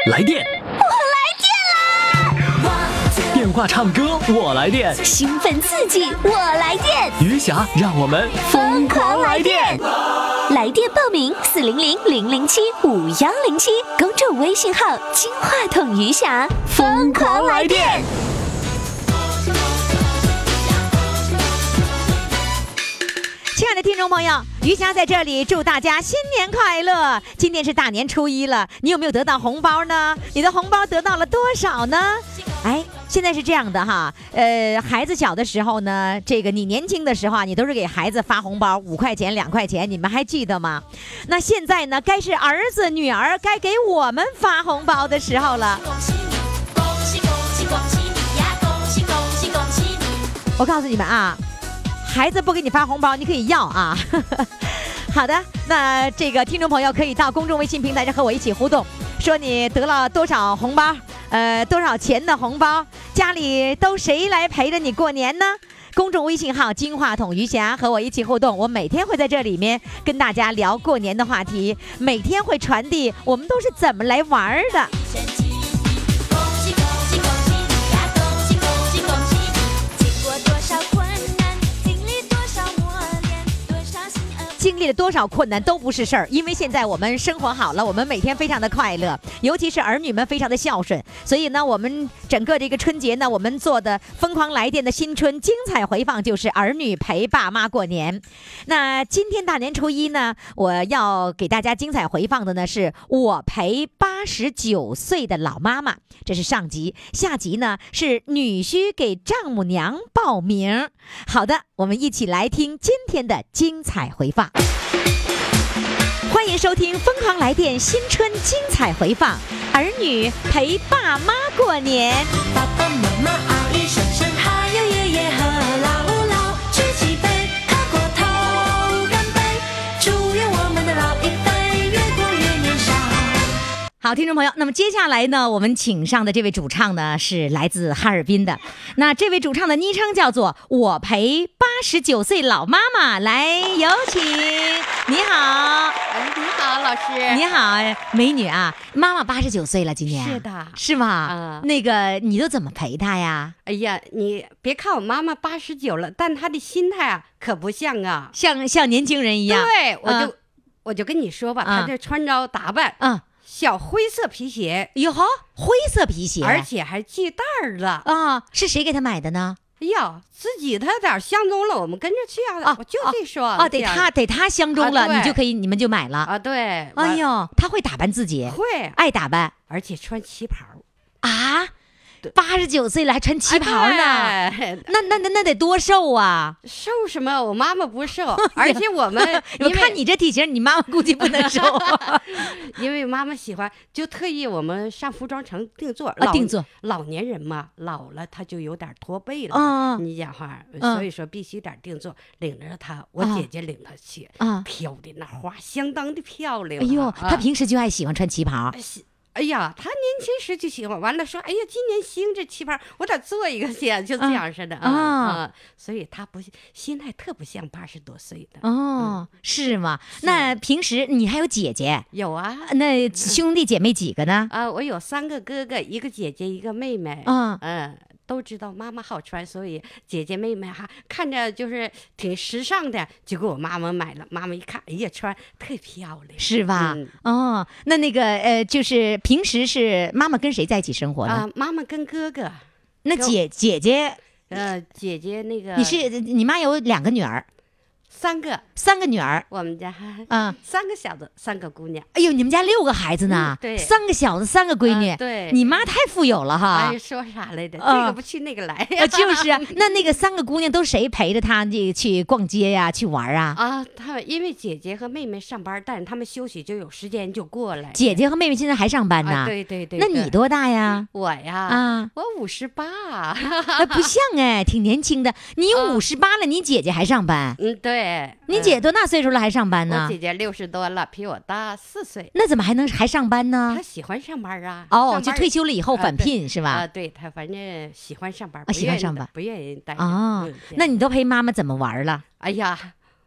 来电，电话唱歌我来电， 兴奋刺激我来电， 余霞让我们疯狂来电。 来电报名400-007-5107，公众微信号金话筒余霞，疯狂来电。 亲爱的听众朋友，余霞在这里祝大家新年快乐！今天是大年初一了，你有没有得到红包呢？你的红包得到了多少呢？哎，现在是这样的哈，孩子小的时候呢，这个你年轻的时候啊，你都是给孩子发红包，5块钱、2块钱，你们还记得吗？那现在呢，该是儿子女儿该给我们发红包的时候了。我告诉你们啊，孩子不给你发红包，你可以要啊。好的，那这个听众朋友可以到公众微信平台上和我一起互动，说你得了多少红包，多少钱的红包，家里都谁来陪着你过年呢？公众微信号金话筒余霞和我一起互动，我每天会在这里面跟大家聊过年的话题，每天会传递我们都是怎么来玩的。经历了多少困难都不是事儿，因为现在我们生活好了，我们每天非常的快乐，尤其是儿女们非常的孝顺，所以呢，我们整个这个春节呢，我们做的疯狂来电的新春精彩回放就是儿女陪爸妈过年。那今天大年初一呢，我要给大家精彩回放的呢，是我陪89岁的老妈妈，这是上集，下集呢是女婿给丈母娘报名。好的，我们一起来听今天的精彩回放。欢迎收听《疯狂来电》新春精彩回放，儿女陪爸妈过年。 爸爸妈妈、阿姨、婶婶还有爷爷和姥姥，举起杯，喝过头，干杯！祝愿我们的老一辈越过越年少。 好，听众朋友，那么接下来呢，我们请上的这位主唱呢是来自哈尔滨的，那这位主唱的昵称叫做我陪89岁老妈妈，来有请。你好。 你好，老师。 你好，美女啊，妈妈89岁了，今年是的， 是吗？那个你都怎么陪她呀？ 哎呀，你别看我妈妈89了，但她的心态啊，可不像啊， 像年轻人一样。 对，我就跟你说吧，她这穿着打扮，小灰色皮鞋， 哟呵，灰色皮鞋， 而且还系带儿了啊！是谁给她买的呢？ 哎呀，自己他哪相中了，我们跟着去啊！我就这说啊， 得他相中了，你们就买了啊！对， 哎呦，他会打扮自己， 会爱打扮， 而且穿旗袍啊！89岁了还穿旗袍呢，那得多瘦啊！ 瘦什么？我妈妈不瘦，而且我看你这体型，你妈妈估计不能瘦， 因为妈妈喜欢，就特意我们上服装城定做定做。 老年人嘛，老了他就有点驼背了，你讲话，所以说必须得定做。领着他，我姐姐领他去，挑的那花相当的漂亮。 哎呦，他平时就爱喜欢穿旗袍。 哎呀，他年轻时就喜欢，完了说，哎呀，今年兴这旗袍，我得做一个去，就这样似的所以他不心态特不像80多岁的是吗？那平时你还有姐姐？ 有啊。 那兄弟姐妹几个呢？ 我有3个哥哥，一个姐姐，一个妹妹。都知道妈妈好穿，所以姐姐妹妹哈看着就是挺时尚的，就给我妈妈买了。妈妈一看，哎呀，穿特漂亮， 是吧？那个就是平时是妈妈跟谁在一起生活呢？ 妈妈跟哥哥。 那姐姐， 姐姐那个你妈有2个女儿。3个女儿， 我们家3个小子，3个姑娘。 哎呦，你们家6个孩子呢？ 对 ，3个小子，3个闺女。 对， 你妈太富有了哈。 哎，说啥来着？这个不去那个来。 就是啊，那个3个姑娘都谁陪着她去逛街呀，去玩啊？ 他们因为姐姐和妹妹上班，但是他们休息就有时间就过来。 姐姐和妹妹现在还上班呢？ 对。 那你多大呀？ 我呀，我58。 不像哎，挺年轻的。你58了，你姐姐还上班？ 对。 你姐多大岁数了还上班呢？ 我姐姐60多了，比我大4岁。 那怎么还上班呢？ 她喜欢上班啊。 就退休了以后返聘是吧？ 对，她反正喜欢上班， 喜欢上班， 不愿意待。 那你都陪妈妈怎么玩了？ 哎呀，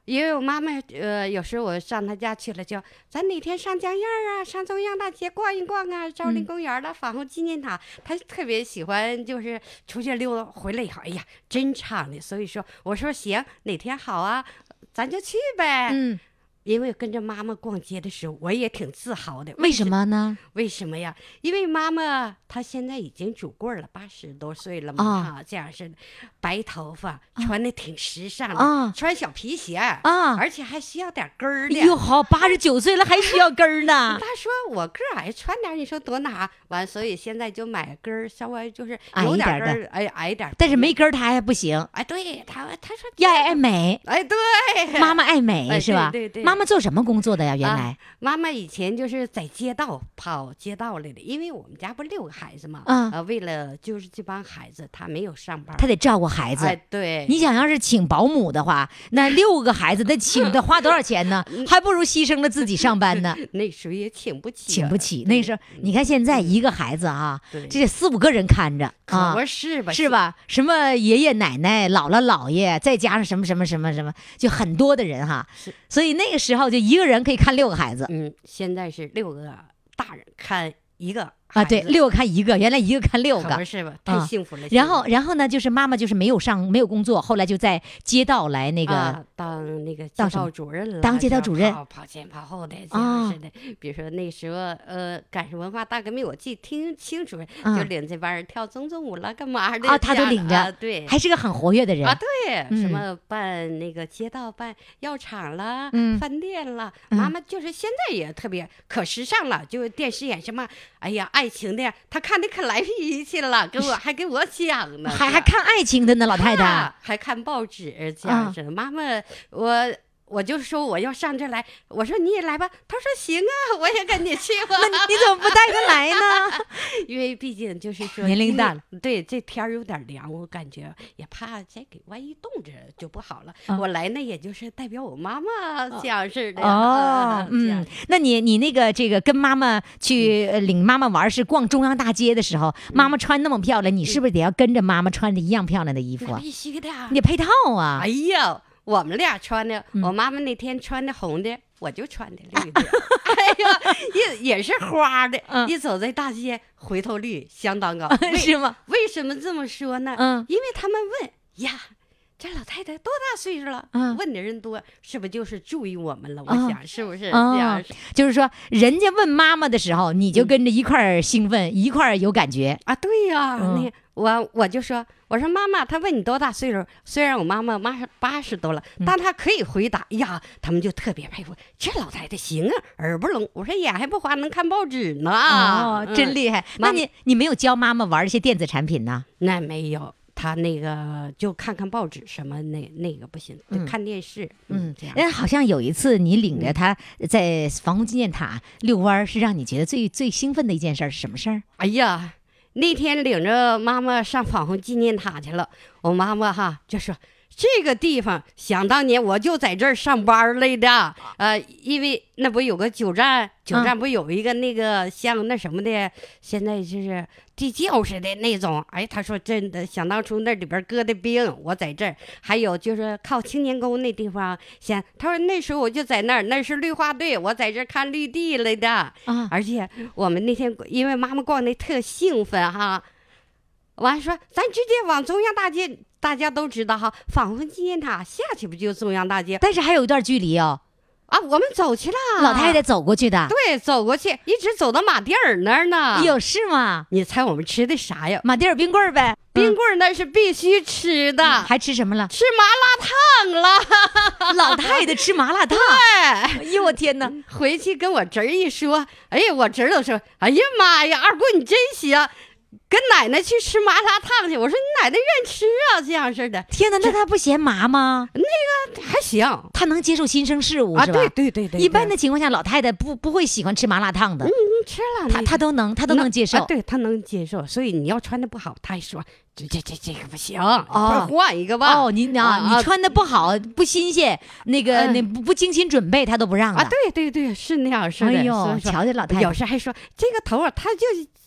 因为我妈妈有时候我上她家去了，就咱哪天上江堰啊，上中央大街逛一逛啊，昭陵公园了，防洪纪念塔，她特别喜欢，就是出去溜达回来以后，哎呀，真畅的。所以说，我说行，哪天好啊，咱就去呗。因为跟着妈妈逛街的时候，我也挺自豪的。 为什么呢？ 为什么呀？因为妈妈她现在已经拄棍了，80多岁了嘛，这样式的，白头发，穿的挺时尚的，穿小皮鞋而且还需要点跟儿的。 哟，好，89岁了还需要跟儿呢。 他说我个儿矮，穿点你说多哪？完，所以现在就买跟儿，稍微就是有点跟儿，矮点。 但是没跟儿他还不行。 哎，对他说要爱美。 哎，对， 妈妈爱美是吧？ 对。 妈妈做什么工作的呀？原来妈妈以前就是在街道跑街道来的，因为我们家不6个孩子嘛，为了就是这帮孩子，她没有上班， 她得照顾孩子。 对， 你想要是请保姆的话，那6个孩子得请的花多少钱呢？还不如牺牲了自己上班呢。 那时候也请不起， 那时候你看现在一个孩子啊，这4、5个人看着啊， 可是吧？ 是吧？什么爷爷奶奶、姥姥姥爷，再加上什么，就很多的人哈。所以那个时候就一个人可以看6个孩子。 现在是6个大人看一个啊，对，6个看1个，原来1个看6个， 不是吧？太幸福了。 然后呢，就是妈妈就是没有工作，后来就在街道来那个当那个街道主任了， 当街道主任， 跑前跑后的这样似的。比如说那时候赶上文化大革命，我记得听清楚，就领这帮人跳中舞了，干嘛的他都领着， 对， 还是个很活跃的人对，什么办那个街道办药厂了，饭店了，妈妈就是现在也特别可时尚了，就电视演什么，哎呀。爱情的，他看的可来脾气了，还给我讲呢， 还看爱情的呢，老太太， 还看报纸这样子。妈妈，我就说我要上这来，我说你也来吧，他说行啊，我也跟你去吧。 那你怎么不带他来呢？ 因为毕竟就是说年龄大了， 对，这天有点凉，我感觉也怕再给万一冻着就不好了。我来呢，也就是代表我妈妈这样似的。 那你那个这个跟妈妈去领妈妈玩，是逛中央大街的时候，妈妈穿那么漂亮，你是不是得要跟着妈妈穿着一样漂亮的衣服啊？ 必须的， 你得配套啊！ 哎呀。我们俩穿的，我妈妈那天穿的红的，我就穿的绿的，哎呀，也是花的，一走在大街，回头率相当高， 是吗？ 为什么这么说呢？因为他们问呀，这老太太多大岁数了？问的人多，是不是就是注意我们了？我想是不是这样？ 就是说，人家问妈妈的时候，你就跟着一块儿兴奋，一块儿有感觉啊？对呀，我就说，我说妈妈，他问你多大岁数？虽然我妈妈80多了，但她可以回答。呀，他们就特别佩服，这老太太行啊，耳不聋。我说眼还不花，能看报纸呢。 真厉害。那你没有教妈妈玩这些电子产品呢？ 那没有。他那个就看看报纸什么那个不行，看电视。这样。 好像有一次你领着他在防洪纪念塔遛弯，是让你觉得最兴奋的一件事是什么事儿？ 哎呀，那天领着妈妈上防洪纪念塔去了，我妈妈就说。这个地方想当年我就在这儿上班来的，因为那不有个九站不有一个那个像那什么的，现在就是地窖似的那种。哎，他说真的，想当初那里边搁的冰，我在这儿。还有就是靠青年沟那地方，他说那时候我就在那儿，那是绿化队，我在这儿看绿地来的。而且我们那天因为妈妈逛的特兴奋哈。完说咱直接往中央大街，大家都知道哈，防洪纪念塔下去不就中央大街？ 但是还有一段距离哦。 我们走去了， 老太太走过去的。 对，走过去，一直走到马甸儿那儿呢。 有是吗？ 你猜我们吃的啥呀？ 马甸儿冰棍呗。 冰棍那是必须吃的。 还吃什么了？ 吃麻辣烫了。 老太太吃麻辣烫。 对。 哎呦我天哪！ 回去跟我侄儿一说，哎呀，我侄儿都说，哎呀妈呀，二姑你真行。跟奶奶去吃麻辣烫去，我说你奶奶愿吃啊，这样似的。 天哪，那她不嫌麻吗？ 那个还行， 她能接受新生事物是吧？ 对。 一般的情况下，老太太不会喜欢吃麻辣烫的。 吃了， 她都能接受。 对，她能接受。所以你要穿的不好，她还说这个不行，快换一个吧。 你穿的不好，不新鲜，那不精心准备，她都不让的。 对，是那样式的。 哎呦，瞧瞧老太太， 有时还说这个头她就。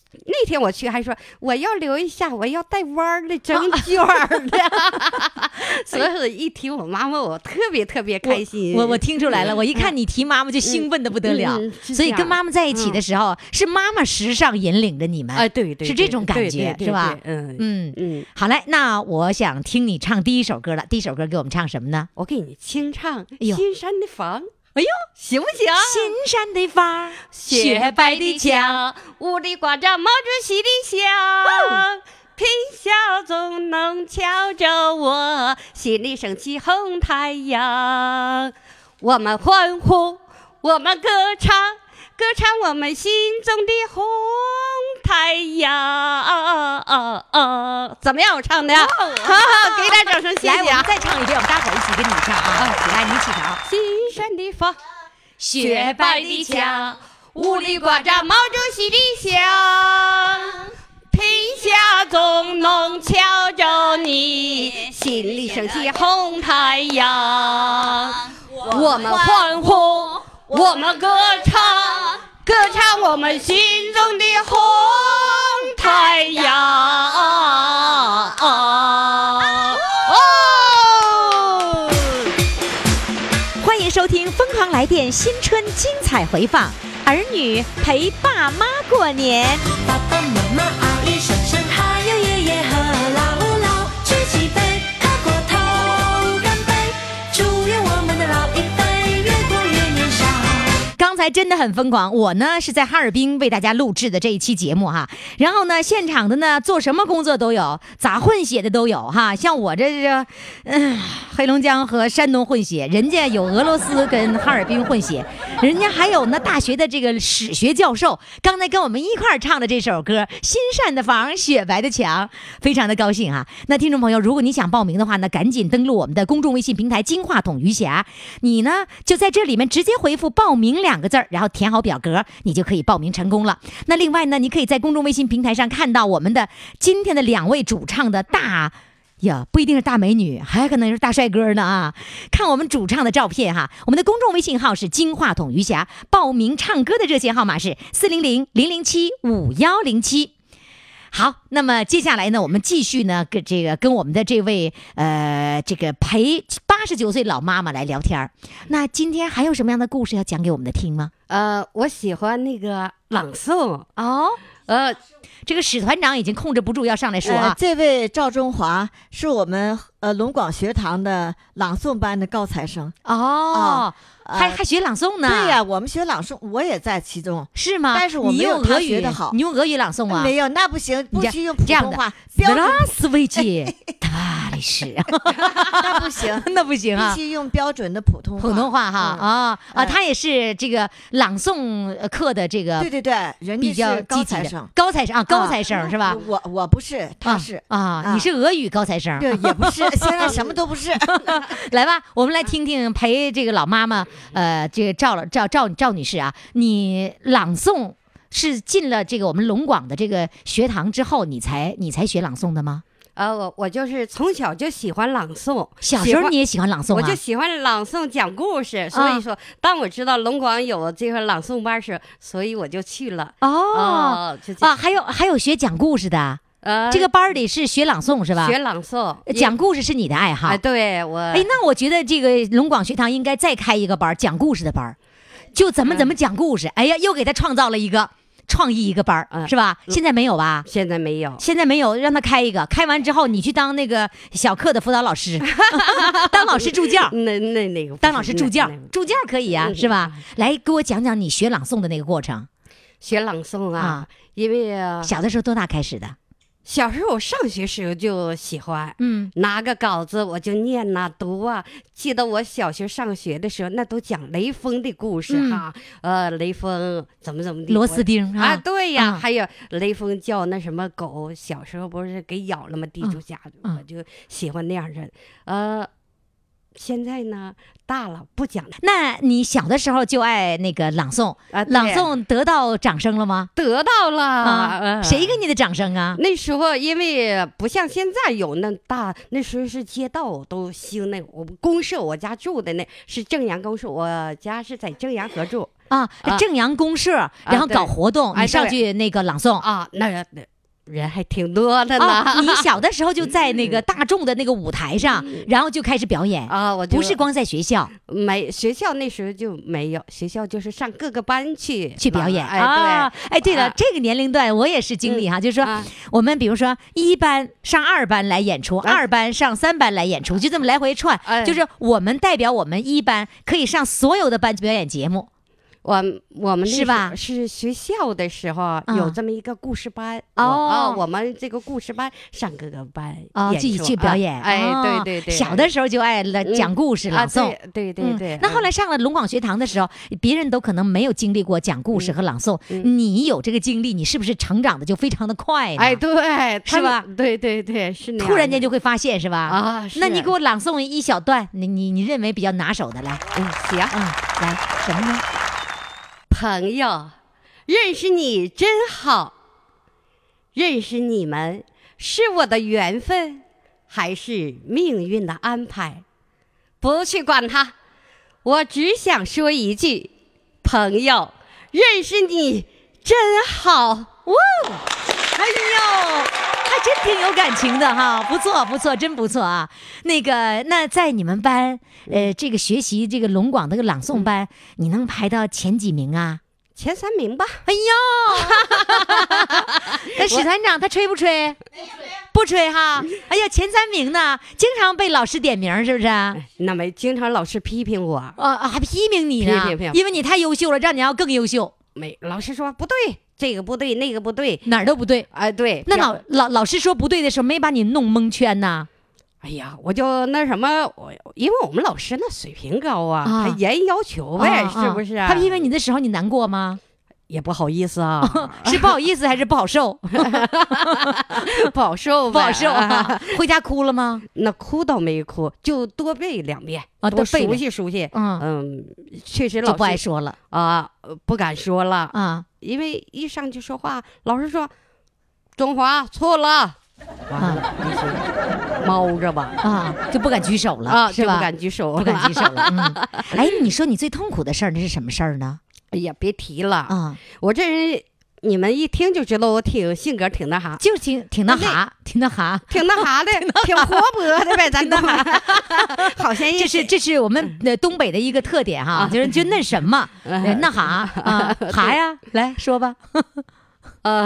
那天我去还说我要留一下，我要带弯儿的整卷儿的，所以一提我妈妈，我特别特别开心。 我听出来了，我一看你提妈妈就兴奋的不得了。所以跟妈妈在一起的时候，是妈妈时尚引领着你们。 对， 是这种感觉，是吧？好嘞，那我想听你唱第一首歌了。第一首歌给我们唱什么呢？ 我给你清唱《新山的房》。 哎呦， 行不行？ 新山的房， 雪白的墙，屋里挂着毛主席的像，贫小总能瞧着我，心里升起红太阳。我们欢呼，我们歌唱，歌唱我们心中的红太阳。怎么样？我唱的？好，给点掌声，谢谢。 来，我们再唱一遍，我们大伙一起跟你唱啊！来，你起头。 新山的房，雪白的墙，屋里挂着毛主席的像，贫下总能瞧着你，心里升起红太阳。我们欢呼，我们歌唱，歌唱我们心中的红太阳。 欢迎收听《疯狂来电》新春精彩回放，儿女陪爸妈过年。 爸爸妈妈阿姨婶婶还有爷爷和姥姥，举起杯，喝过头，干杯！祝愿我们的老一辈越过越年少。 刚才真的很疯狂，我呢是在哈尔滨为大家录制的这一期节目哈，然后呢现场的呢做什么工作都有，咋混血的都有哈，像我这黑龙江和山东混血，人家有俄罗斯跟哈尔滨混血，人家还有呢大学的这个史学教授，刚才跟我们一块儿唱的这首歌《新山的房，雪白的墙》，非常的高兴哈。那听众朋友，如果你想报名的话呢，赶紧登录我们的公众微信平台金话筒余霞，你呢就在这里面直接回复报名2个字，然后填好表格，你就可以报名成功了。那另外呢，你可以在公众微信平台上看到我们的今天的2位主唱的大呀，不一定是大美女，还可能是大帅哥呢啊！看我们主唱的照片哈，我们的公众微信号是金话筒余霞，报名唱歌的热线号码是400-007-5107。好，那么接下来呢，我们继续呢跟我们的这位这个陪89岁老妈妈来聊天。那今天还有什么样的故事要讲给我们的听吗？ 我喜欢那个朗诵哦。这个史团长已经控制不住要上来说啊。 这位赵中华是我们龙广学堂的朗诵班的高材生哦。还学朗诵呢？ 对呀，我们学朗诵，我也在其中。 是吗？ 但是我没有他学的好。 你用俄语朗诵啊？ 没有，那不行，不许用普通话。 标准斯维奇，他的是， 那不行， 那不行啊！ 必须用标准的普通话哈他也是这个朗诵课的这个， 对，人比较高材生， 高材生是吧？ 我不是，他是你是俄语高材生， 对，也不是，现在什么都不是。 来吧，我们来听听陪这个老妈妈，这个赵女士啊，你朗诵是进了这个我们龙广的这个学堂之后，你才学朗诵的吗？ 我就是从小就喜欢朗诵， 小时候你也喜欢朗诵啊？ 我就喜欢朗诵讲故事，所以说当我知道龙广有这个朗诵班时，所以我就去了。 还有学讲故事的。这个班里是学朗诵是吧？ 学朗诵， 讲故事是你的爱好。 对我。 那我觉得这个龙广学堂应该再开一个班，讲故事的班，就怎么讲故事。哎呀，又给他创造了一个创意一个班，是吧？现在没有吧？ 现在没有， 让他开一个。开完之后，你去当那个小课的辅导老师，当老师助教。 那个当老师助教可以啊，是吧？来给我讲讲你学朗诵的那个过程。 学朗诵啊，因为小的时候多大开始的？ 小时候我上学时候就喜欢，拿个稿子我就念呐读啊。记得我小学上学的时候，那都讲雷锋的故事哈，雷锋怎么的， 螺丝钉啊，对呀，还有雷锋叫那什么狗，小时候不是给咬了吗？地主家，我就喜欢那样的，现在呢大了不讲了。 那你小的时候就爱那个朗诵朗诵得到掌声了吗？ 得到了谁给你的掌声啊？ 那时候因为不像现在有那大，那时候是街道都兴那我们公社，我家住的那是正阳公社，我家是在正阳河住。 啊，正阳公社，然后搞活动，你上去那个朗诵啊，那人还挺多的呢。 你小的时候就在那个大众的那个舞台上，然后就开始表演啊。我不是光在学校， 没学校那时候就没有，学校就是上各个班去表演。 对， 对了，这个年龄段我也是经历哈，就是说我们比如说1班上2班来演出，2班上3班来演出，就这么来回串，就是我们代表我们1班可以上所有的班表演节目。 我们是吧？ 是学校的时候有这么一个故事班我们这个故事班上各个班去表演。 对， 小的时候就爱讲故事朗诵。 对。 那后来上了龙广学堂的时候，别人都可能没有经历过讲故事和朗诵，你有这个经历，你是不是成长的就非常的快呢？ 对， 是吧？ 对，是那样。 突然间就会发现是吧？ 啊， 那你给我朗诵一小段，你认为比较拿手的来。 行， 来什么呢？ 朋友，认识你真好。认识你们是我的缘分，还是命运的安排？不去管它，我只想说一句：朋友，认识你真好。 哇，哎呦，还真挺有感情的哈，不错，真不错啊。那在你们班，这个学习这个龙广的个朗诵班，你能排到前几名啊？ 前3名吧。 哎呦，那史团长他吹不吹？不吹哈。哎呀，前3名呢，经常被老师点名，是不是？ 那没经常老师批评我还批评你呢？ 批， 因为你太优秀了，让你要更优秀。 没，老师说不对，这个不对，那个不对， 哪儿都不对。 对。 那老师说不对的时候，没把你弄蒙圈呢？ 哎呀，我就那什么，因为我们老师那水平高他严要求呗，是不是啊？ 他批评你的时候，你难过吗？ 也不好意思啊。 是不好意思还是不好受？ 不好受， 不好受啊！回家哭了吗？ 那哭倒没哭，就多背2遍多熟悉。确实老师就不爱说了不敢说了因为一上去说话，老师说中华错了。猫着吧就不敢举手了是吧？ 就不敢举手了。哎，你说你最痛苦的事儿那是什么事儿呢？ 哎呀，别提了我这人你们一听就知道我性格挺那啥， 就挺那啥，挺那啥的，挺活泼的呗，咱都好像这是我们东北的一个特点哈，就那什么那啥哈呀，来说吧。那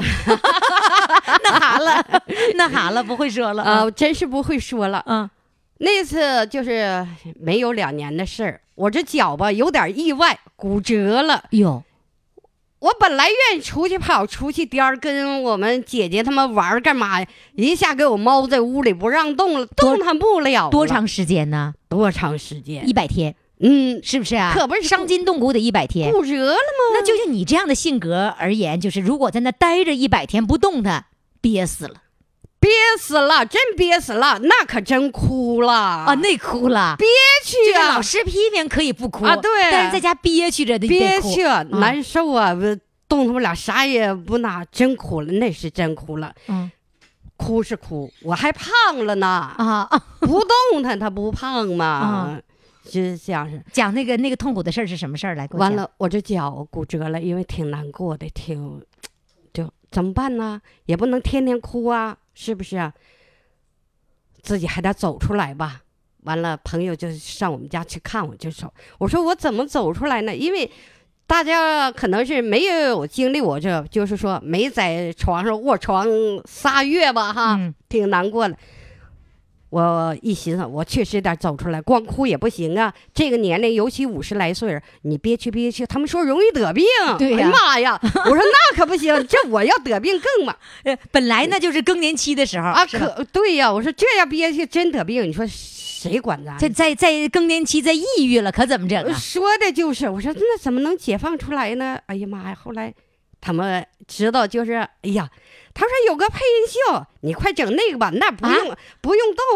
哈了，不会说了真是不会说了那次就是没有2年的事儿，我这脚吧有点意外，骨折了。 哟， 我本来愿意出去跑，出去颠儿，跟我们姐姐他们玩干嘛呀？一下给我猫在屋里不让动了，动弹不了。 多长时间呢？ 多长时间 ？100天。是不是啊？ 可不是伤筋动骨得100天， 骨折了吗？ 那就像你这样的性格而言，就是如果在那待着100天不动弹，憋死了， 真憋死了，那可真哭了那哭了， 憋屈就是老师批评可以不哭对， 但是在家憋屈着的， 憋屈难受动弹不了，啥也不拿，真哭了，那是真哭了。哭是哭，我还胖了呢不动弹他不胖吗？就像是讲那个痛苦的事儿是什么事儿来？ 完了，我这脚骨折了，因为挺难过的，就怎么办呢？也不能天天哭是不是自己还得走出来吧。完了，朋友就上我们家去看我，就说：“我说我怎么走出来呢？因为大家可能是没有经历我这，就是说没在床上卧床3月吧，挺难过的。”我一寻思，我确实得走出来，光哭也不行这个年龄，尤其50来岁，你憋屈，他们说容易得病。 对呀， 哎呀妈呀！我说那可不行，这我要得病更嘛。 本来那就是更年期的时候可对呀。我说这要憋屈真得病，你说谁管咱？ 在更年期，在抑郁了，可怎么整说的就是，我说那怎么能解放出来呢？哎呀妈呀！后来他们知道，就是哎呀。他说有个配音秀，你快整那个吧，那不用动。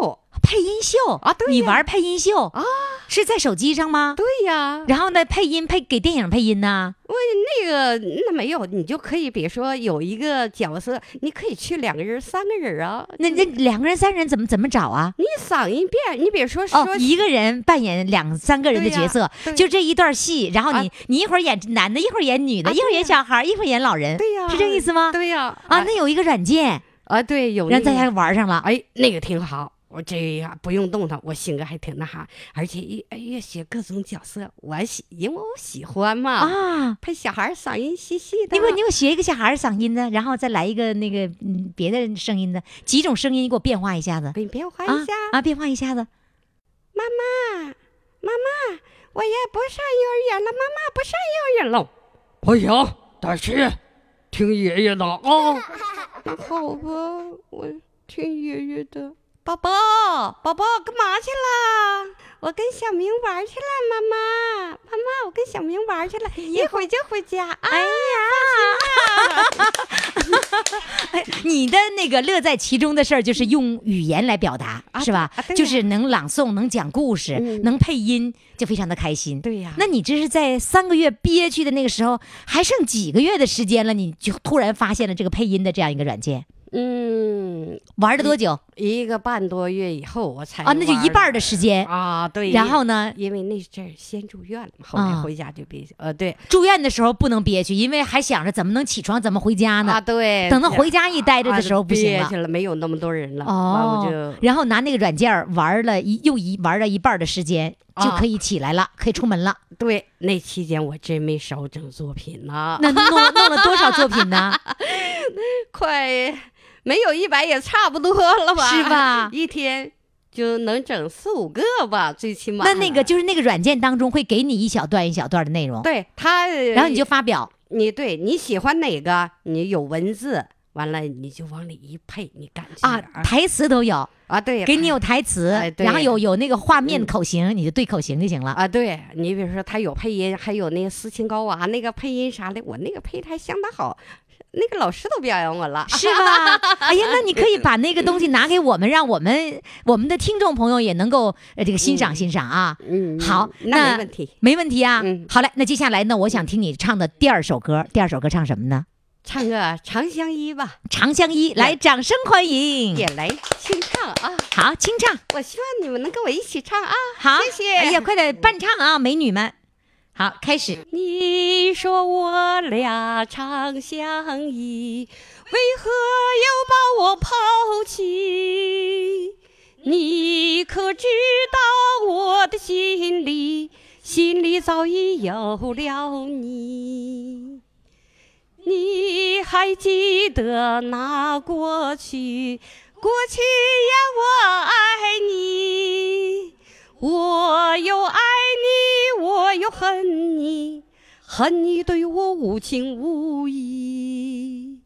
配音秀啊对呀你玩配音秀啊， 是在手机上吗？ 对呀， 然后呢，配音给电影配音呢？ 那没有，你就可以比如说有一个角色，你可以去2个人、3个人啊。 那2个人、3个人怎么找啊？ 你嗓音变，你比如说一个人扮演2、3个人的角色， 对呀就这一段戏，然后你一会儿演男的，一会儿演女的，一会儿演小孩，一会儿演老人， 对呀， 是这个意思吗？ 对呀， 那有一个软件啊，对，有， 让大家玩上了。 哎，那个挺好。我这呀不用动它，我性格还挺那哈，而且越学各种角色，因为我喜欢嘛啊， 配小孩嗓音细细的。 你给我学一个小孩嗓音的，然后再来一个那个别的声音的，几种声音你给我变化一下子。 给你变化一下变化一下子。 妈妈，我也不上幼儿园了，妈妈不上幼儿园了。不行，得去听爷爷的啊。那好吧，我听爷爷的。宝宝，干嘛去了？我跟小明玩去了，妈妈，我跟小明玩去了，一会儿就回家。哎呀， 你的那个乐在其中的事儿，就是用语言来表达，是吧？就是能朗诵，能讲故事，能配音，就非常的开心。 对呀。 那你这是在3个月憋屈的那个时候，还剩几个月的时间了，你就突然发现了这个配音的这样一个软件？玩了多久 ？1个半多月以后我才那就一半的时间啊。对， 然后呢， 因为那阵儿先住院了嘛，后来回家就憋屈。对， 住院的时候不能憋屈，因为还想着怎么能起床，怎么回家呢？ 对， 等到回家一待着的时候不行了， 憋屈了，没有那么多人了。 然后拿那个软件玩了一半的时间，就可以起来了，可以出门了。 对，那期间我真没少整作品呢。 那弄了多少作品呢？ 快没有100也差不多了吧？ 是吧？ 一天就能整4、5个吧，最起码。 那个就是那个软件当中会给你一小段的内容， 对它， 然后你就发表。 你喜欢哪个？你有文字，完了你就往里一配，你感觉台词都有啊，对， 给你有台词，然后有那个画面口型，你就对口型就行了啊。对，你比如说它有配音，还有那个斯琴高娃那个配音啥的，我那个配的还相当好。那个老师都表扬我了， 是吧？哎呀，那你可以把那个东西拿给我们，让我们的听众朋友也能够这个欣赏啊。好， 那没问题， 没问题啊。好嘞，那接下来呢，我想听你唱的第2首歌，唱什么呢？ 唱个《长相依》吧。 长相依，来，掌声欢迎， 也来清唱啊。 好，清唱。 我希望你们能跟我一起唱啊。 好， 谢谢。 哎呀，快点伴唱啊，美女们。好，开始。 你说我俩长相依，为何又把我抛弃？你可知道我的心里早已有了你。你还记得那过去呀，我爱你，我又爱你，我又恨你，恨你对我无情无义。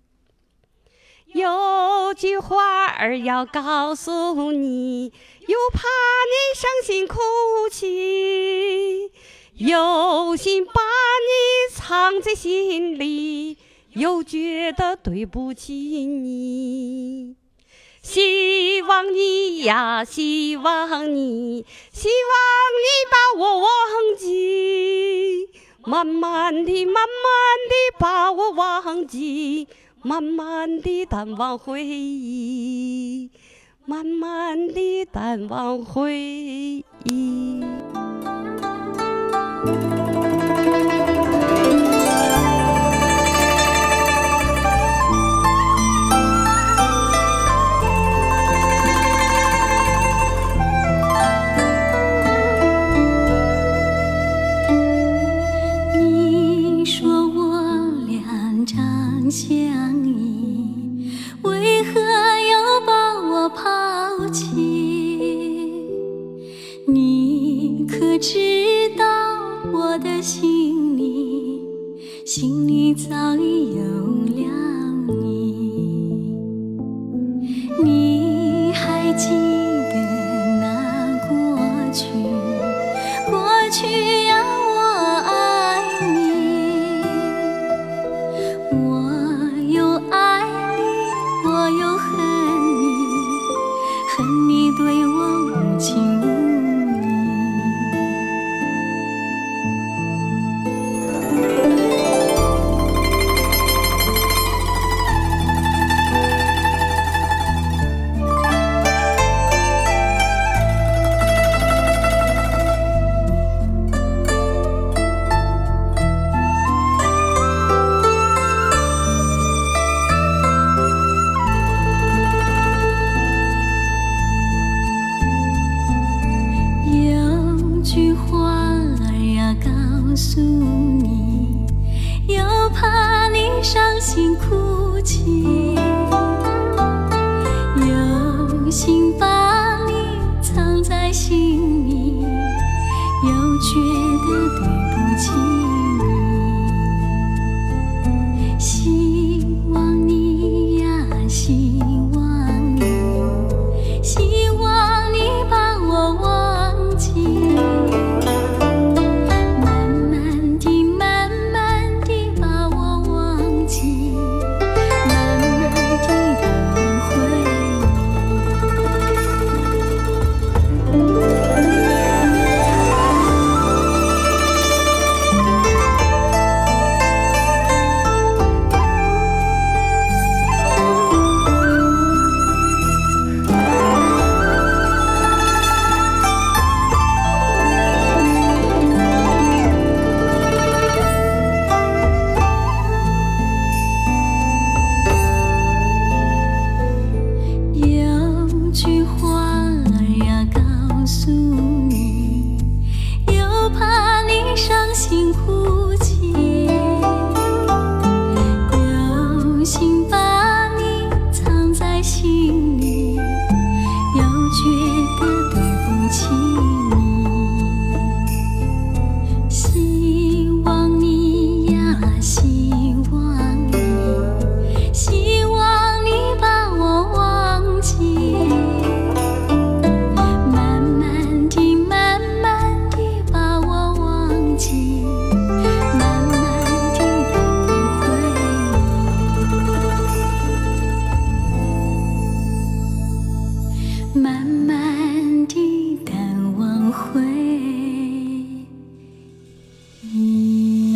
有句话儿要告诉你，又怕你伤心哭泣，有心把你藏在心里，又觉得对不起你。希望你呀，希望你把我忘记，慢慢地把我忘记，慢慢地淡忘回忆，慢慢地淡忘回忆。 相依，为何要把我抛弃？你可知道我的心里早已有了你。你还记得那过去呀，我爱你，我又爱你，我又恨你，恨你对我心哭泣，有心把你藏在心里，又觉得对不起你。希望你呀，希望你，希望你把我忘记。慢慢地，慢慢地把我忘记，慢慢地的回有句话儿呀告诉你，又怕你伤心哭泣，有心把你藏在心里，又觉得对不起你。希望你呀，希望你，希望你把我忘记，慢慢地，慢慢地把我忘记，慢慢地的回忆，慢慢地淡忘回忆。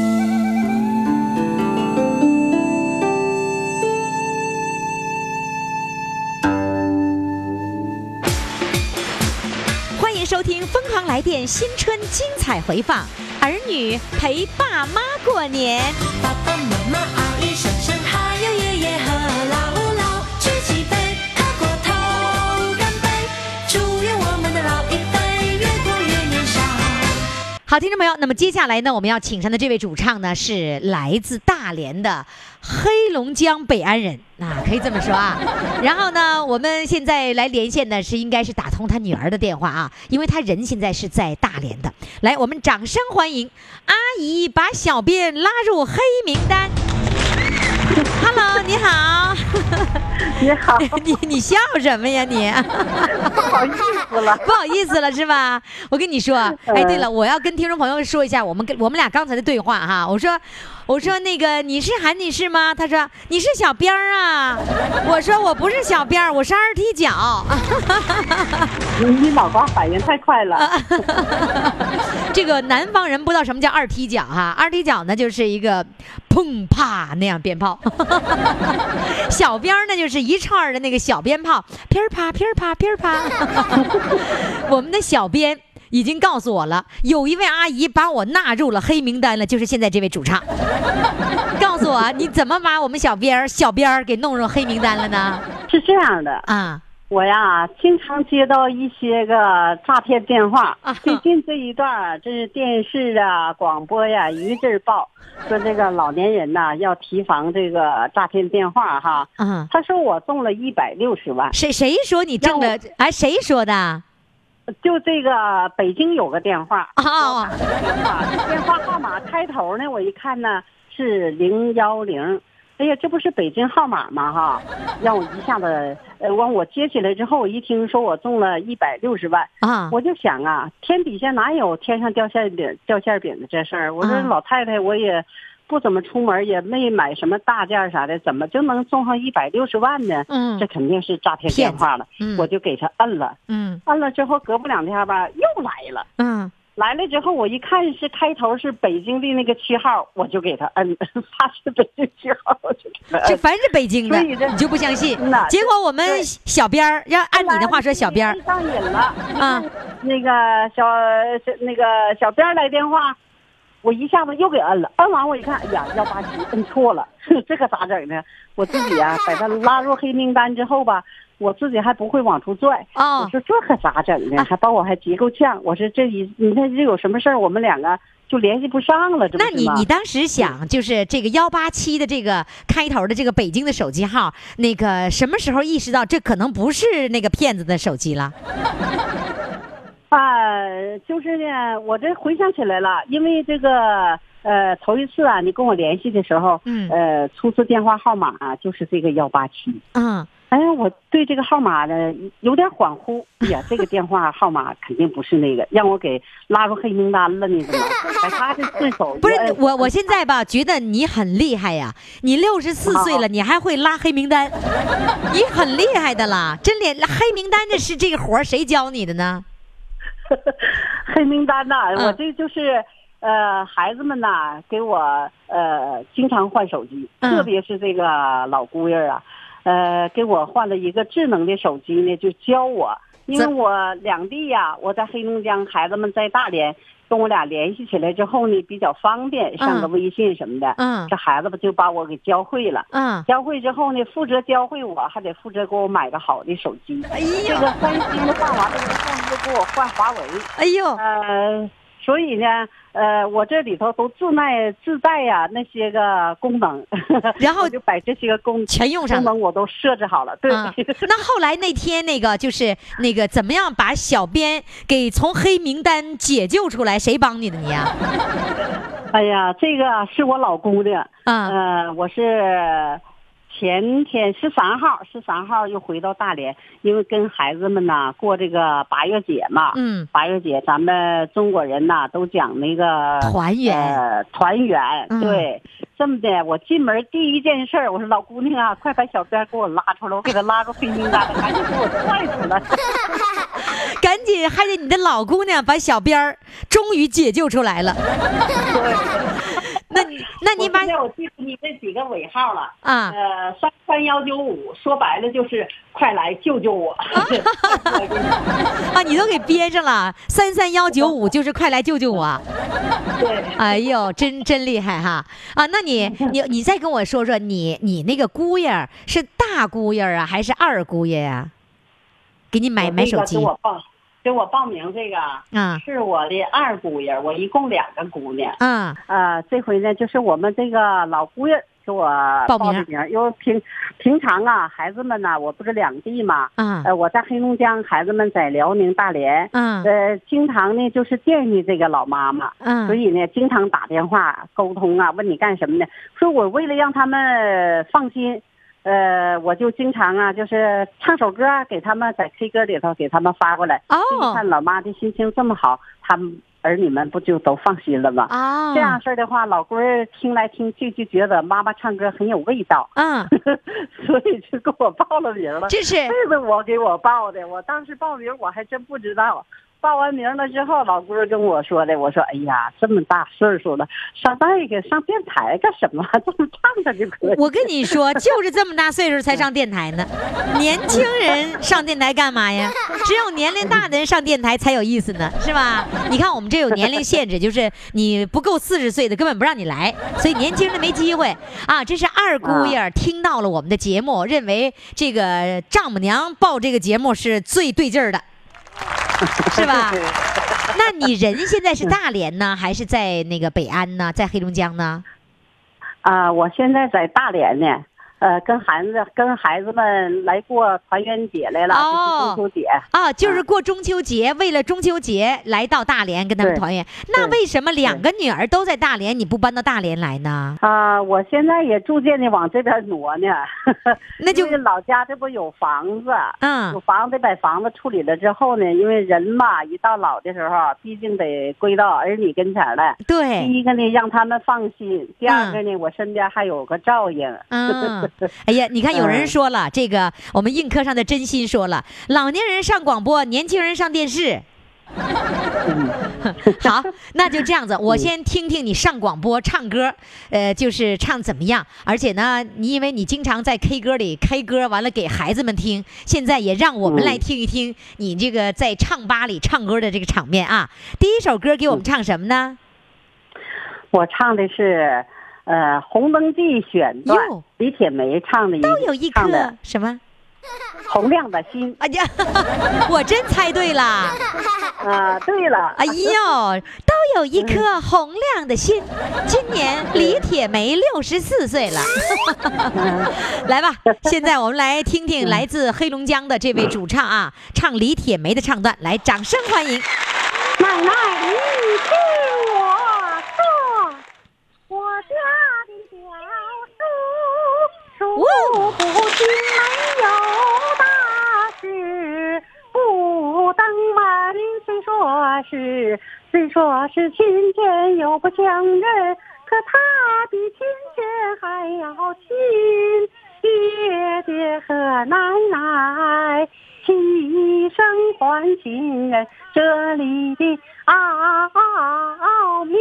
欢迎收听《疯狂来电》新春精彩回放，儿女陪爸妈过年。 爸爸妈妈、阿姨、婶婶，还有爷爷和姥姥，举起杯，喝过头，干杯！祝愿我们的老一辈越过越年少。 好，听众朋友，那么接下来呢，我们要请上的这位主唱呢，是来自大连的黑龙江北安人啊，可以这么说啊。然后呢，我们现在来连线的是应该是打通他女儿的电话啊，因为他人现在是在大连的。来，我们掌声欢迎阿姨把小编拉入黑名单。Hello， 你好。 你好， 你笑什么呀你？ 不好意思了， 不好意思了是吧？我跟你说，哎，对了，我要跟听众朋友说一下我们俩刚才的对话哈。我说那个你是韩女士吗？他说你是小编儿啊。我说我不是小编儿，我是二踢脚。 你脑瓜反应太快了。 这个南方人不知道什么叫二踢脚哈，二踢脚呢就是一个砰啪那样鞭炮，小鞭呢就是一串的那个小鞭炮，噼儿啪噼儿啪噼儿啪。我们的小编已经告诉我了，有一位阿姨把我纳入了黑名单了，就是现在这位主唱。告诉我你怎么把我们小编给弄入黑名单了呢？ 是这样的啊， 我呀经常接到一些个诈骗电话，最近这一段这是电视啊广播呀一阵报，说这个老年人呐要提防这个诈骗电话哈。他说我中了160万。 谁说你中了？哎，谁说的？ 就这个北京有个电话哦，电话号码开头呢，我一看呢是010。哎呀，这不是北京号码吗？哈，让我一下子，我接起来之后，我一听说我中了160万啊，我就想啊，天底下哪有天上掉馅饼的这事儿？我说老太太，我也不怎么出门，也没买什么大件啥的，怎么就能中上160万呢？这肯定是诈骗电话了。我就给他摁了。摁了之后，隔不2天吧，又来了。来了之后，我一看是开头是北京的那个7号，我就给他摁，他是北京7号，我就给他摁。 这凡是北京的，你就不相信。结果我们小编儿，要按你的话说，小编儿上瘾了啊。那个小编儿来电话，我一下子又给摁了，摁完我一看，哎呀，187摁错了，这可咋整呢？我自己啊，把他拉入黑名单之后吧。我自己还不会往出拽，我说这可咋整呢？还把我还急够呛。我说你看这有什么事儿？我们两个就联系不上了。这不那是吗你当时想，就是这个187的这个开头的这个北京的手机号，那个什么时候意识到这可能不是那个骗子的手机了？ 就是呢，我这回想起来了，因为这个头一次啊，你跟我联系的时候，初次电话号码就是这个187。哎呀，我对这个号码呢有点恍惚。哎呀，这个电话号码肯定不是那个，让我给拉入黑名单了，你怎么？哎，他这顺手不是我现在吧，觉得你很厉害呀！你64岁了，你还会拉黑名单，你很厉害的啦！真厉害，黑名单的是这个活谁教你的呢？ 黑名单呐，我这就是孩子们呐给我经常换手机，特别是这个老姑爷啊，给我换了一个智能的手机呢，就教我，因为我两地呀，我在黑龙江，孩子们在大连，跟我俩联系起来之后呢，比较方便，上个微信什么的，这孩子们就把我给教会了，教会之后呢，负责教会我，还得负责给我买个好的手机，这个三星的换完了之后就给我换华为， 哎呦， 所以呢，我这里头都自带呀那些个功能， 然后我就把这些个全用上功能我都设置好了。对， 那后来那天那个就是那个怎么样把小编给从黑名单解救出来？谁帮你的你呀？ 哎呀，这个是我老公的，我是。前天13号又回到大连，因为跟孩子们呐过这个8月节嘛。8月节咱们中国人呐都讲那个团圆。 对，这么的，我进门第一件事，我说老姑娘啊，快把小编给我拉出来，我给他拉入黑名单了，赶紧给我拽出来。 赶紧还得你的老姑娘把小编终于解救出来了。 对。 那你把我记住你这几个尾号了啊 ，33195，说白了就是快来救救我。 啊，你都给编上了，33195就是快来救救我。 对， 哎呦，真厉害哈！啊，那你再跟我说说，你那个姑爷是大姑爷啊，还是二姑爷呀？给你买手机。 给我报名这个是我的二姑爷，我一共2个姑娘。这回呢就是我们这个老姑爷给我报的名，因为平常啊孩子们呢，我不是两地嘛，我在黑龙江，孩子们在辽宁大连，经常呢就是惦记这个老妈妈，所以呢经常打电话沟通啊，问你干什么呢？说我为了让他们放心。我就经常啊，就是唱首歌给他们，在 K 歌里头给他们发过来。一看老妈的心情这么好，他们儿女们不就都放心了吗？这样式的话，老龟儿听来听去就觉得妈妈唱歌很有味道。所以就给我报了名了。这是我给我报的，我当时报名我还真不知道。报完名了之后，老姑跟我说的，我说：“哎呀，这么大岁数了，上电台干什么？这么唱着就可以。” 我跟你说，就是这么大岁数才上电台呢。年轻人上电台干嘛呀？只有年龄大的人上电台才有意思呢，是吧？你看我们这有年龄限制，就是你不够40岁的根本不让你来，所以年轻人没机会啊。这是二姑爷听到了我们的节目，认为这个丈母娘报这个节目是最对劲儿的。是吧？那你人现在是大连呢，还是在那个北安呢？在黑龙江呢？ 我现在在大连呢。跟孩子们来过团圆节来了，就是中秋节就是过中秋节，为了中秋节来到大连跟他们团圆。那为什么2个女儿都在大连，你不搬到大连来呢？ 我现在也逐渐的往这边挪呢。 那就老家这不有房子，有房子，把房子处理了之后呢，因为人嘛，一到老的时候，毕竟得归到儿女跟前来。 对， 第一个呢让他们放心，第二个呢，我身边还有个照应。 哎呀，你看有人说了，这个我们映客上的真心说了，老年人上广播，年轻人上电视。好，那就这样子，我先听听你上广播唱歌，就是唱怎么样？而且呢，因为你经常在 K 歌里开歌，完了给孩子们听，现在也让我们来听一听你这个在唱吧里唱歌的这个场面啊。第一首歌给我们唱什么呢？ 我唱的是红灯记选段，李铁梅唱的， 都有一颗什么？ 洪亮的心。 哎呀，我真猜对了。 对了。 哎呦，都有一颗洪亮的心。今年李铁梅64岁了。来吧，现在我们来听听来自黑龙江的这位主唱啊，唱李铁梅的唱段，来，掌声欢迎。 奶奶，你听我说，我家的小叔，数不尽没有大事，不登门虽说是亲眷又不相认，可他比亲眷还要亲，爹爹和奶奶齐声唤亲人，这里的奥妙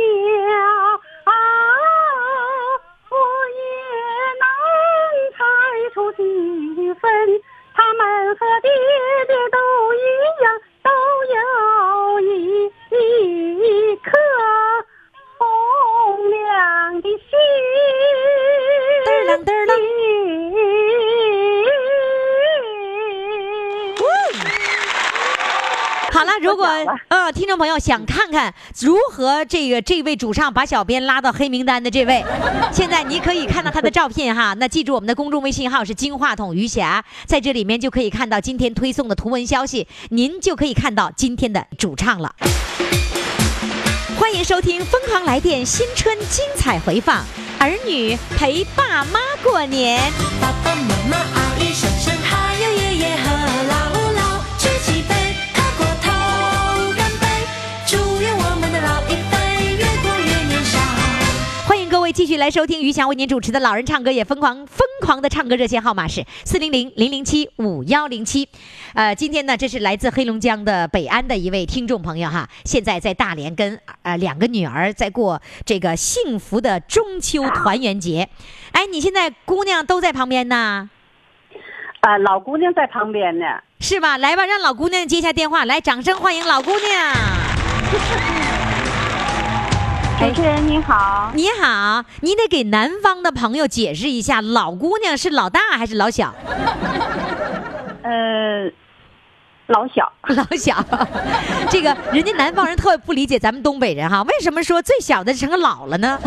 我也能猜出几分，他们和爹爹都一样，都有一颗洪亮的心。 嘚儿啷嘚儿啷。好了，如果听众朋友想看看如何这位主唱把小编拉到黑名单的这位，现在你可以看到他的照片哈。那记住我们的公众微信号是金话筒余霞，在这里面就可以看到今天推送的图文消息，您就可以看到今天的主唱了。欢迎收听《疯狂来电》新春精彩回放，儿女陪爸妈过年。 爸爸妈妈阿姨婶婶还有爷爷和姥姥，举起杯喝过头，干杯！祝愿我们的老一辈越过越年少。 欢迎各位继续来收听于翔为您主持的老人唱歌也疯狂的唱歌热线号码是400-007-5107。今天呢，这是来自黑龙江的北安的一位听众朋友哈，现在在大连跟2个女儿在过这个幸福的中秋团圆节。哎，你现在姑娘都在旁边呢？ 老姑娘在旁边呢。 是吧？来吧，让老姑娘接一下电话，来，掌声欢迎老姑娘。 主持人你好。 你好，你得给南方的朋友解释一下，老姑娘是老大还是老小？ 老小。 老小，这个人家南方人特别不理解咱们东北人哈，为什么说最小的成了老了呢？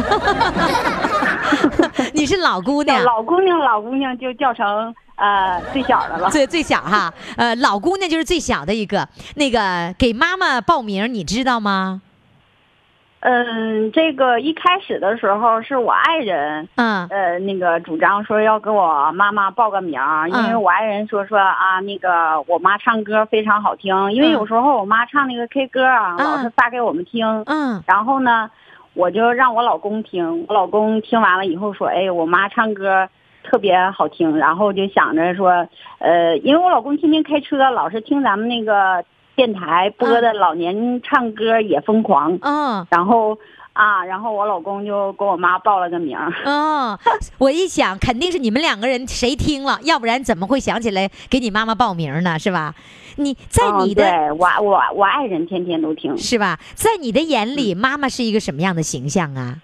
你是老姑娘。 老姑娘就叫成最小的了。 最小哈，老姑娘就是最小的一个。那个给妈妈报名，你知道吗？ 这个一开始的时候是我爱人，那个主张说要给我妈妈报个名，因为我爱人说啊，那个我妈唱歌非常好听，因为有时候我妈唱那个 K 歌啊，老是发给我们听，然后呢，我就让我老公听，我老公听完了以后说，哎，我妈唱歌特别好听，然后就想着说，因为我老公天天开车，老是听咱们那个电台播的老年唱歌也疯狂，然后我老公就给我妈报了个名。 我一想，肯定是你们2个人谁听了，要不然怎么会想起来给你妈妈报名呢？是吧？你在你的对我爱人天天都听， 是吧？在你的眼里，妈妈是一个什么样的形象啊？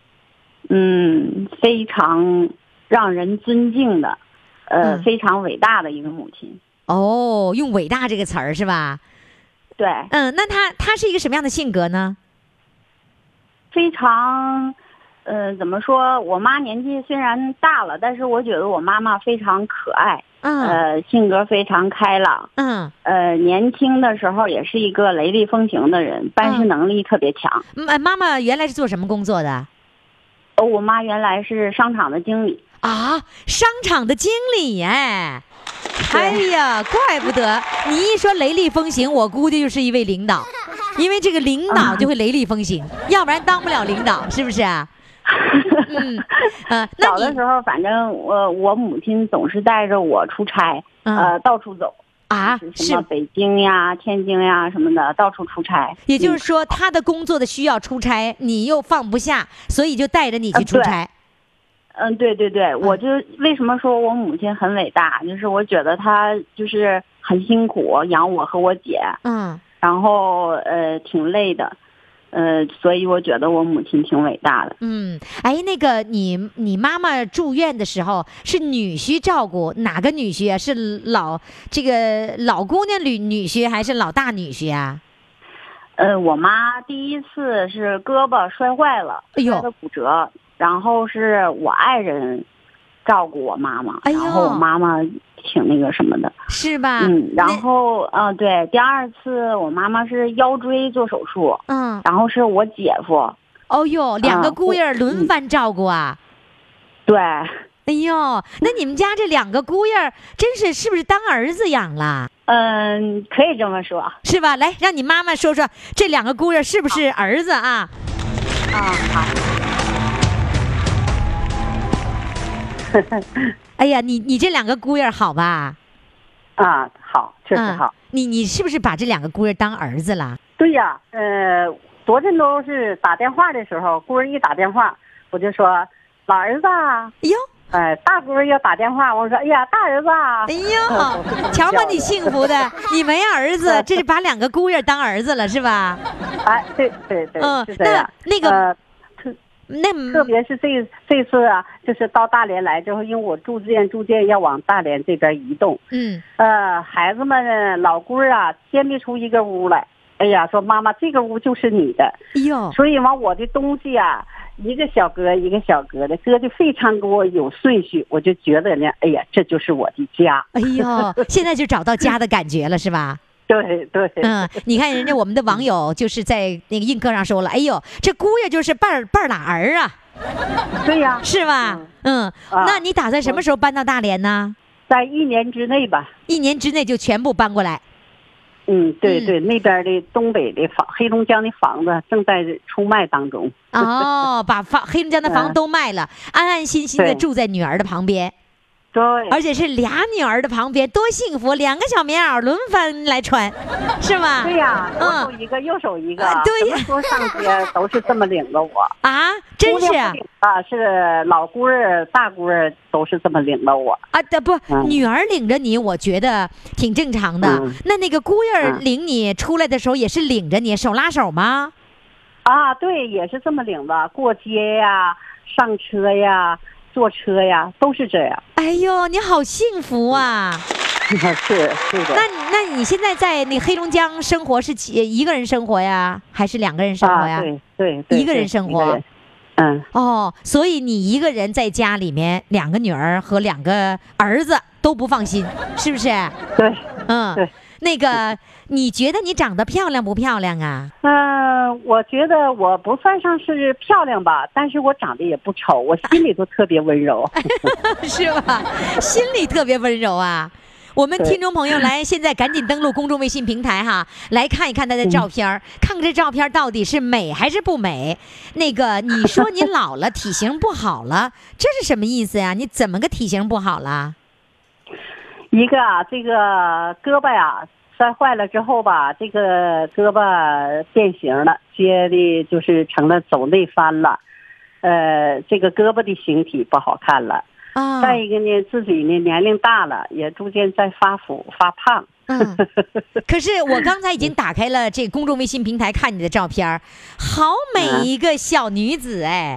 非常让人尊敬的，非常伟大的一个母亲。 哦，用伟大这个词儿是吧？ 对。 那她是一个什么样的性格呢？ 非常，怎么说？我妈年纪虽然大了，但是我觉得我妈妈非常可爱，性格非常开朗，年轻的时候也是一个雷厉风行的人，办事能力特别强。 妈妈原来是做什么工作的？ 我妈原来是商场的经理。 啊，商场的经理哎。哎呀，怪不得你一说雷厉风行，我估计就是一位领导，因为这个领导就会雷厉风行，要不然当不了领导，是不是啊？ 小的时候，反正我母亲总是带着我出差，到处走啊， 什么北京呀、天津呀什么的，到处出差。 也就是说，他的工作的需要出差，你又放不下，所以就带着你去出差。 对对对，我就为什么说我母亲很伟大，就是我觉得她就是很辛苦养我和我姐，然后挺累的， 所以我觉得我母亲挺伟大的。 哎，那个你妈妈住院的时候是女婿照顾，哪个女婿啊？是老姑娘女婿还是老大女婿啊？ 我妈第一次是胳膊摔坏了，摔的骨折，然后是我爱人照顾我妈妈，然后我妈妈挺那个什么的， 是吧？ 然后对，第二次我妈妈是腰椎做手术，然后是我姐夫。 哦哟，两个姑爷轮番照顾啊？ 对。 哎呦，那你们家这两个姑爷是不是当儿子养了？ 可以这么说， 是吧？来，让你妈妈说说这两个姑爷是不是儿子啊？ 好。 哎呀，你这两个姑爷好吧？ 好，确实好。 你是不是把这两个姑爷当儿子了？ 对呀，昨天都是打电话的时候，姑儿一打电话，我就说老儿子啊。 哎呦。 大姑儿要打电话，我说哎呀，大儿子啊！ 哎呦，瞧把你幸福的，你没儿子，这是把两个姑爷当儿子了，是吧？ 哎，对，是这样。 那个， 特别是这次啊，就是到大连来之后，因为我逐渐要往大连这边移动。孩子们老姑儿啊，揭秘出一个屋来，哎呀，说妈妈这个屋就是你的。 哎呦， 所以嘛，我的东西啊。一个小格一个小格的搁的非常给我有顺序，我就觉得呢，哎呀，这就是我的家。 哎呦，现在就找到家的感觉了，是吧？ 对。 你看人家我们的网友就是在那个映客上说了，哎呦，这姑爷就是半拉儿啊。 对呀， 是吧？那你打算什么时候搬到大连呢？ 在1年之内吧。 1年之内就全部搬过来。 对，那边的东北的黑龙江的房子正在出卖当中。 把黑龙江的房都卖了，安安心心的住在女儿的旁边。 对， 而且是俩女儿的旁边，多幸福，2个小棉袄轮番来穿，是吗？ 对呀，左手一个，右手一个。 对呀， 说上街都是这么领着我啊，真是啊！ 是老姑儿、大姑儿都是这么领着我啊。不，女儿领着你，我觉得挺正常的。那个姑爷领你出来的时候，也是领着你，手拉手吗？ 对，也是这么领的，过街呀，上车呀。坐车呀，都是这样。 哎呦，你好幸福啊！ 是的。 那你现在在那黑龙江生活是一个人生活呀，还是2个人生活呀？ 对， 一个人生活。所以你一个人在家里面，2个女儿和2个儿子都不放心，是不是？ 对， 对。那个，你觉得你长得漂亮不漂亮啊？ 我觉得我不算上是漂亮吧，但是我长得也不丑，我心里都特别温柔， 是吧？心里特别温柔啊！我们听众朋友来，现在赶紧登录公众微信平台哈，来看一看他的照片，看看这照片到底是美还是不美。那个，你说你老了，体型不好了，这是什么意思呀？你怎么个体型不好了？ 一个这个胳膊呀摔坏了之后吧，这个胳膊变形了，接的就是成了走内翻了，这个胳膊的形体不好看了。再一个呢，自己呢年龄大了，也逐渐在发福发胖。 可是我刚才已经打开了这个公众微信平台看你的照片，好美一个小女子哎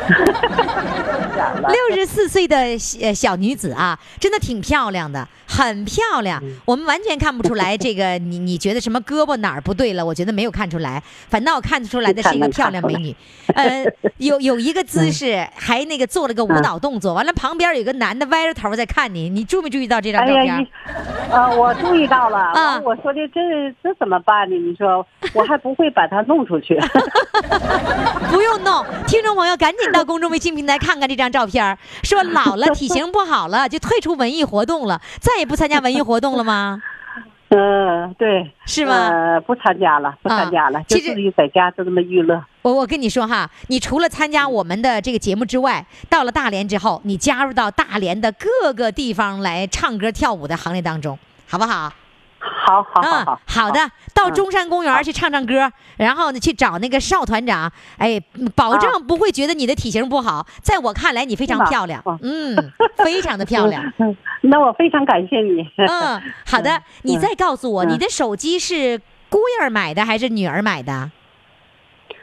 ，64岁的小女子啊，真的挺漂亮的，很漂亮。我们完全看不出来这个你觉得什么胳膊哪儿不对了？我觉得没有看出来，反倒看出来的是一个漂亮美女。有一个姿势还那个做了个舞蹈动作，完了旁边有个男的歪着头在看你，你注没注意到这张照片？ 我注意到了。我说的这怎么办呢？你说我还不会把它弄出去。 不用弄，听众朋友赶紧到公众微信平台看看这张照片，说老了体型不好了就退出文艺活动了，再也不参加文艺活动了吗？ 对， 是吗？ 不参加了，就自己在家就这么娱乐。 我跟你说哈，你除了参加我们的这个节目之外，到了大连之后，你加入到大连的各个地方来唱歌跳舞的行列当中，好不好？好的，到中山公园去唱唱歌，然后呢去找那个邵团长，哎，保证不会觉得你的体型不好。在我看来，你非常漂亮，非常的漂亮。 那我非常感谢你。 好的，你再告诉我，你的手机是姑爷买的还是女儿买的？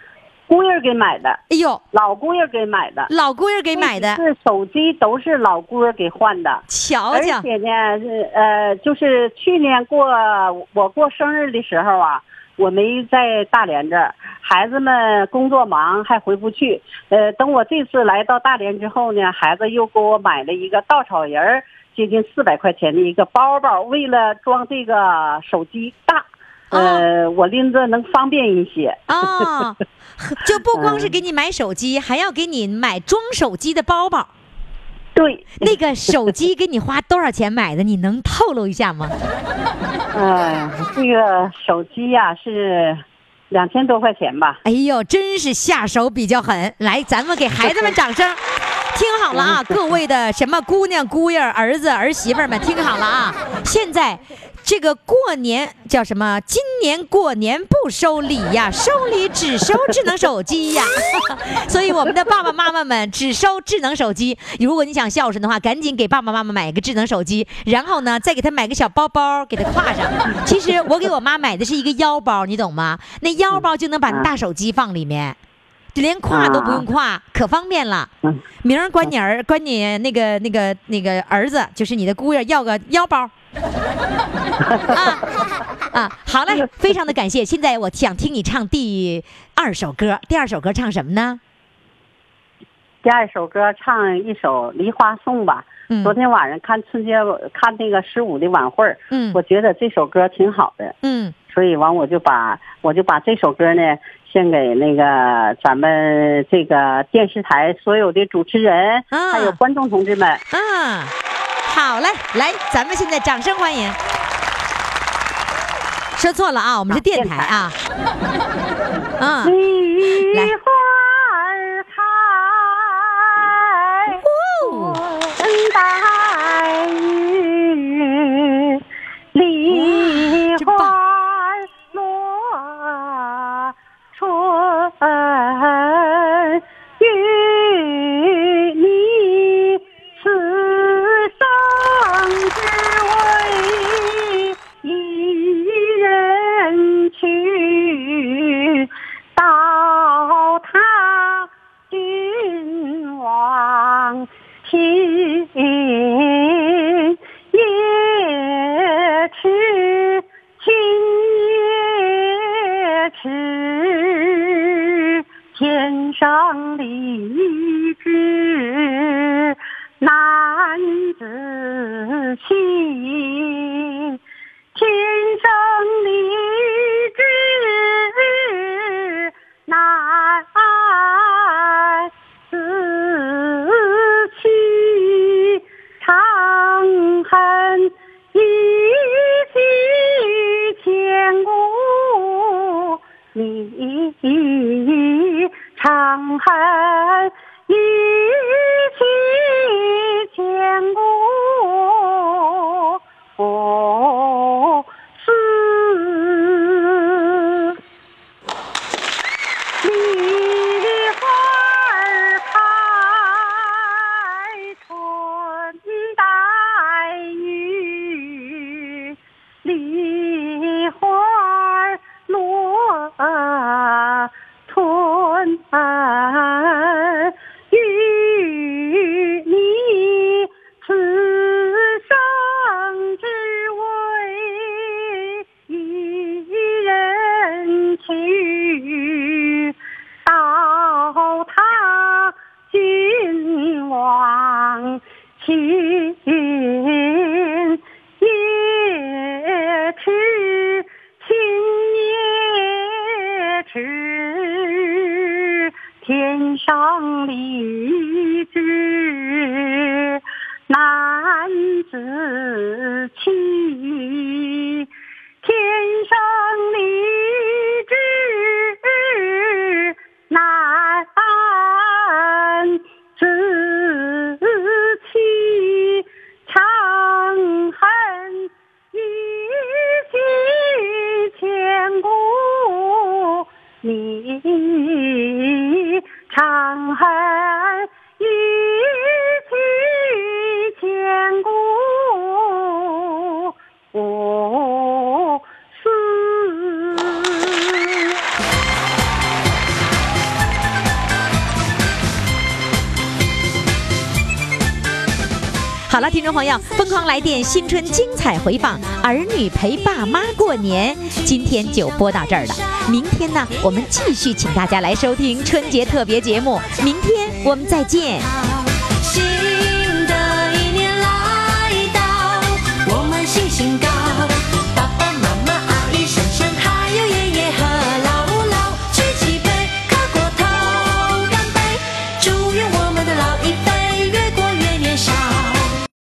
姑爷给买的。 哎呦， 老姑爷给买的， 老姑爷给买的， 是手机都是老姑爷给换的。 瞧瞧， 而且呢，就是去年我过生日的时候啊，我没在大连这儿，孩子们工作忙还回不去。等我这次来到大连之后呢，孩子又给我买了一个稻草人接近400块钱的一个包包，为了装这个手机大。我拎着能方便一些啊，就不光是给你买手机，还要给你买装手机的包包。 对， 那个手机给你花多少钱买的？你能透露一下吗？ 这个手机呀，是2000多块钱吧。 哎呦，真是下手比较狠。来，咱们给孩子们掌声。听好了啊，各位的什么姑娘、姑爷、儿子、儿媳妇们，听好了啊！现在这个过年叫什么？今年过年不收礼呀，收礼只收智能手机呀。所以我们的爸爸妈妈们只收智能手机。如果你想孝顺的话，赶紧给爸爸妈妈买一个智能手机，然后呢，再给他买个小包包给他挎上。其实我给我妈买的是一个腰包，你懂吗？那腰包就能把你大手机放里面。连挎都不用挎，可方便了。明儿管你那个儿子，就是你的姑爷，要个腰包。好嘞，非常的感谢。现在我想听你唱第2首歌，第2首歌唱什么呢？ 第2首歌唱一首《梨花颂》吧。昨天晚上看春节看那个15的晚会，我觉得这首歌挺好的。所以完我就把这首歌呢献给那个咱们这个电视台所有的主持人，还有观众同志们。 好嘞，来，咱们现在掌声欢迎。说错了啊，我们是电台啊。 梨花儿开，春带雨，梨花与你此生只为一人去，到他君王亲也痴，情也痴，天上离枝难自弃，天上离枝难自弃，长恨一夕千古你，长恨一夕千古思。梨花儿开，春带雨，梨花儿落，春与你此生只为好了，听众朋友，疯狂来电新春精彩回放，儿女陪爸妈过年，今天就播到这儿了。明天呢，我们继续请大家来收听春节特别节目。明天我们再见。